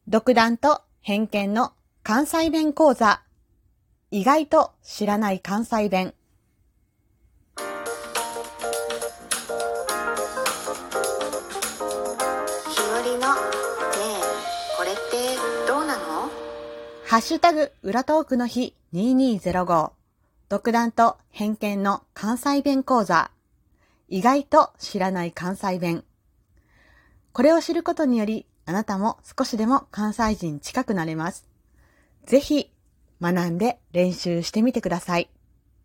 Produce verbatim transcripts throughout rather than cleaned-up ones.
独断と偏見の関西弁講座。意外と知らない関西弁。 日和のねえこれってどうなの？ ハッシュタグ裏トークの日にせんにじゅうご。独断と偏見の関西弁講座。意外と知らない関西弁。これを知ることにより、あなたも少しでも関西人近くなれます。ぜひ学んで練習してみてください。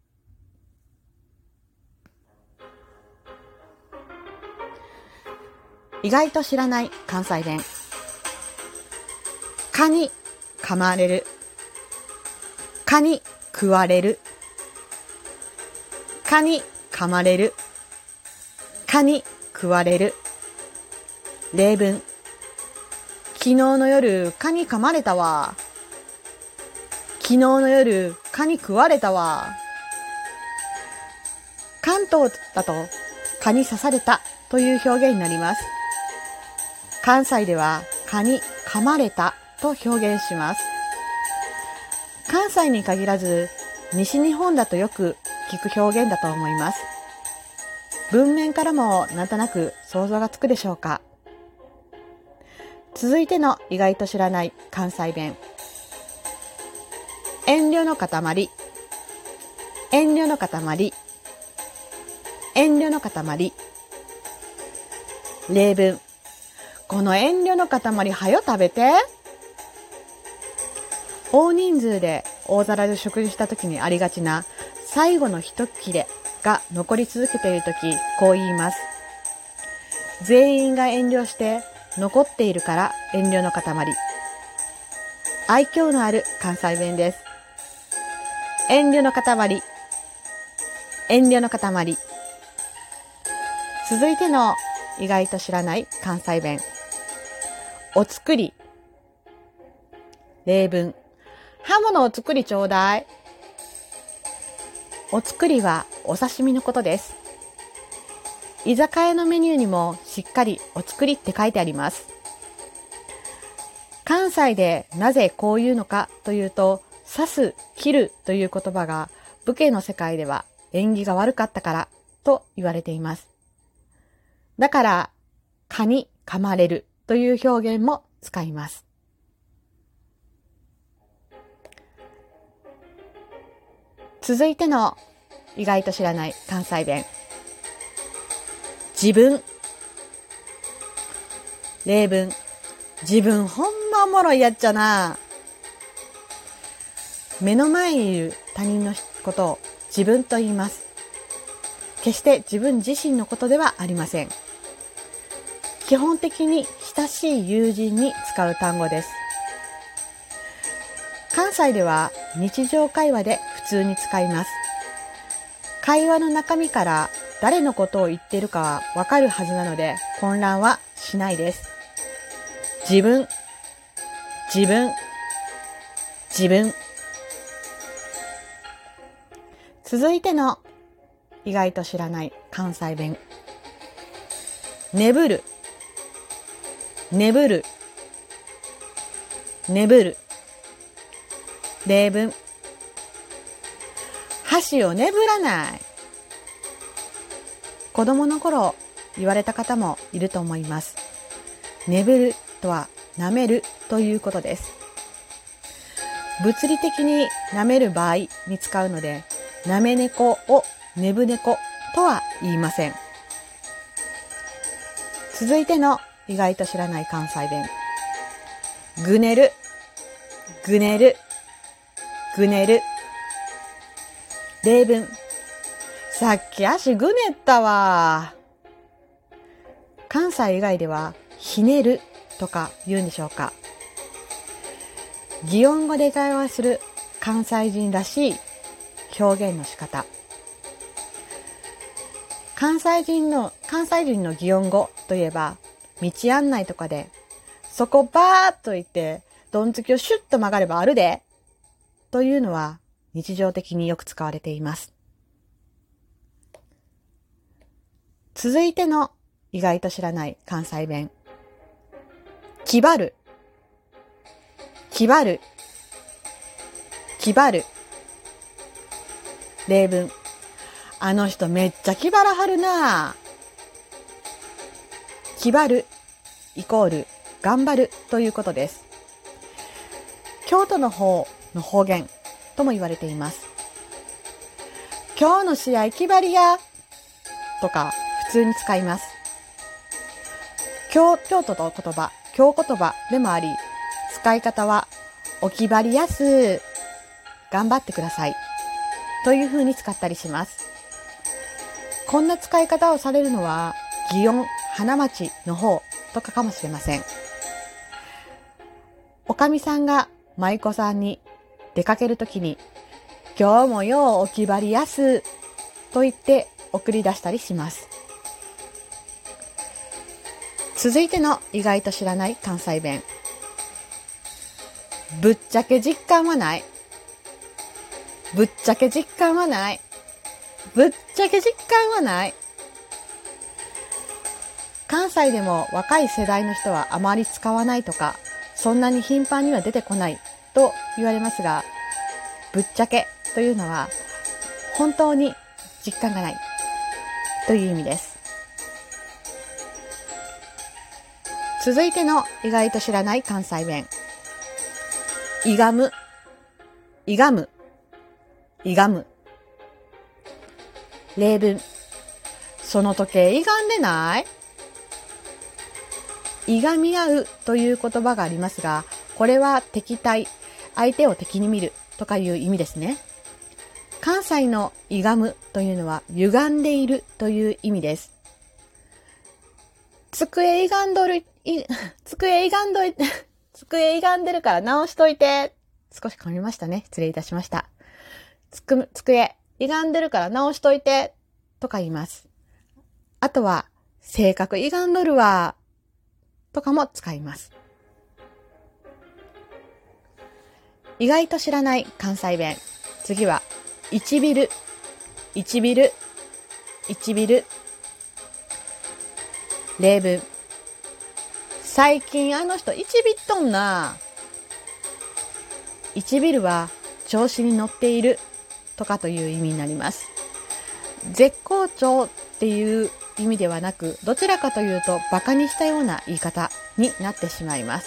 意外と知らない関西弁。蚊に噛まれる。蚊に食われる。蚊に噛まれる。蚊に食われる。例文。昨日の夜蚊に噛まれたわ。昨日の夜蚊に食われたわ。関東だと蚊に刺されたという表現になります。関西では蚊に噛まれたと表現します。関西に限らず西日本だとよく聞く表現だと思います。文面からもなんとなく想像がつくでしょうか。続いての意外と知らない関西弁。遠慮の塊。遠慮の塊。遠慮の塊。例文。この遠慮の塊はよ食べて。大人数で大皿で食事した時にありがちな最後の一切れが残り続けている時、こう言います。全員が遠慮して残っているから遠慮の塊。愛嬌のある関西弁です。遠慮の塊。遠慮の塊。続いての意外と知らない関西弁。お作り。例文。ハモのお作りちょうだい。お作りはお刺身のことです。居酒屋のメニューにもしっかりお作りって書いてあります。関西でなぜこういうのかというと、刺す、切るという言葉が武家の世界では縁起が悪かったからと言われています。だから、蚊に噛まれるという表現も使います。続いての意外と知らない関西弁。自分。例文。自分ほんまおもろいやっちゃな。目の前にいる他人のことを自分と言います。決して自分自身のことではありません。基本的に親しい友人に使う単語です。関西では日常会話で普通に使います。会話の中身から誰のことを言っているかはわかるはずなので混乱はしないです。自分、自分、自分。続いての意外と知らない関西弁。眠る。眠る。眠る。例文。箸を眠らない。子供の頃言われた方もいると思います。眠るとは舐めるということです。物理的に舐める場合に使うので、舐め猫を寝ぶ猫とは言いません。続いての意外と知らない関西弁。ぐねる。ぐねる。ぐねる。例文。さっき足ぐねったわ。関西以外ではひねるとか言うんでしょうか。擬音語で会話する関西人らしい表現の仕方。関西人の関西人の擬音語といえば、道案内とかでそこバーッと行ってどんつきをシュッと曲がればあるでというのは日常的によく使われています。続いての意外と知らない関西弁。気張る。 気張る、気張る。例文。あの人めっちゃ気張らはるな。気張るイコール頑張るということです。京都の方の方言とも言われています。今日の試合気張りやとか普通に使います。京、京都の言葉、京言葉でもあり、使い方はお気張りやす、頑張ってくださいという風に使ったりします。こんな使い方をされるのは祇園花町の方とかかもしれません。おかみさんが舞妓さんに出かけるときに、今日もようお気張りやすと言って送り出したりします。続いての意外と知らない関西弁。ぶっちゃけ実感はない。ぶっちゃけ実感はない。ぶっちゃけ実感はない。関西でも若い世代の人はあまり使わないとか、そんなに頻繁には出てこないと言われますが、ぶっちゃけというのは本当に実感がないという意味です。続いての意外と知らない関西弁。いがむ、いがむ、いがむ。例文。その時計いがんでない？いがみ合うという言葉がありますが、これは敵対、相手を敵に見るとかいう意味ですね。関西のいがむというのは歪んでいるという意味です。机いがんどる、い机いがんどい、机いがんでるから直しといて。少し噛みましたね。失礼いたしました。つく、机いがんでるから直しといてとか言います。あとは性格いがんどるわとかも使います。意外と知らない関西弁。次は、いちびる、いちびる、いちびる。例文。最近あの人いちびっとんな。いちびるは調子に乗っているとかという意味になります。絶好調っていう意味ではなく、どちらかというと馬鹿にしたような言い方になってしまいます。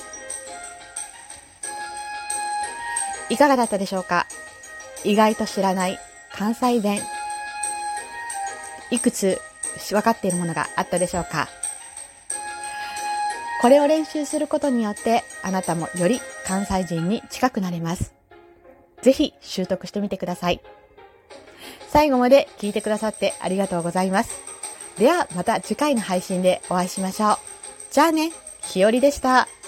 いかがだったでしょうか？意外と知らない関西弁。いくつ分かっているものがあったでしょうか？これを練習することによってあなたもより関西人に近くなれます。ぜひ習得してみてください。最後まで聞いてくださってありがとうございます。ではまた次回の配信でお会いしましょう。じゃあね、ひよりでした。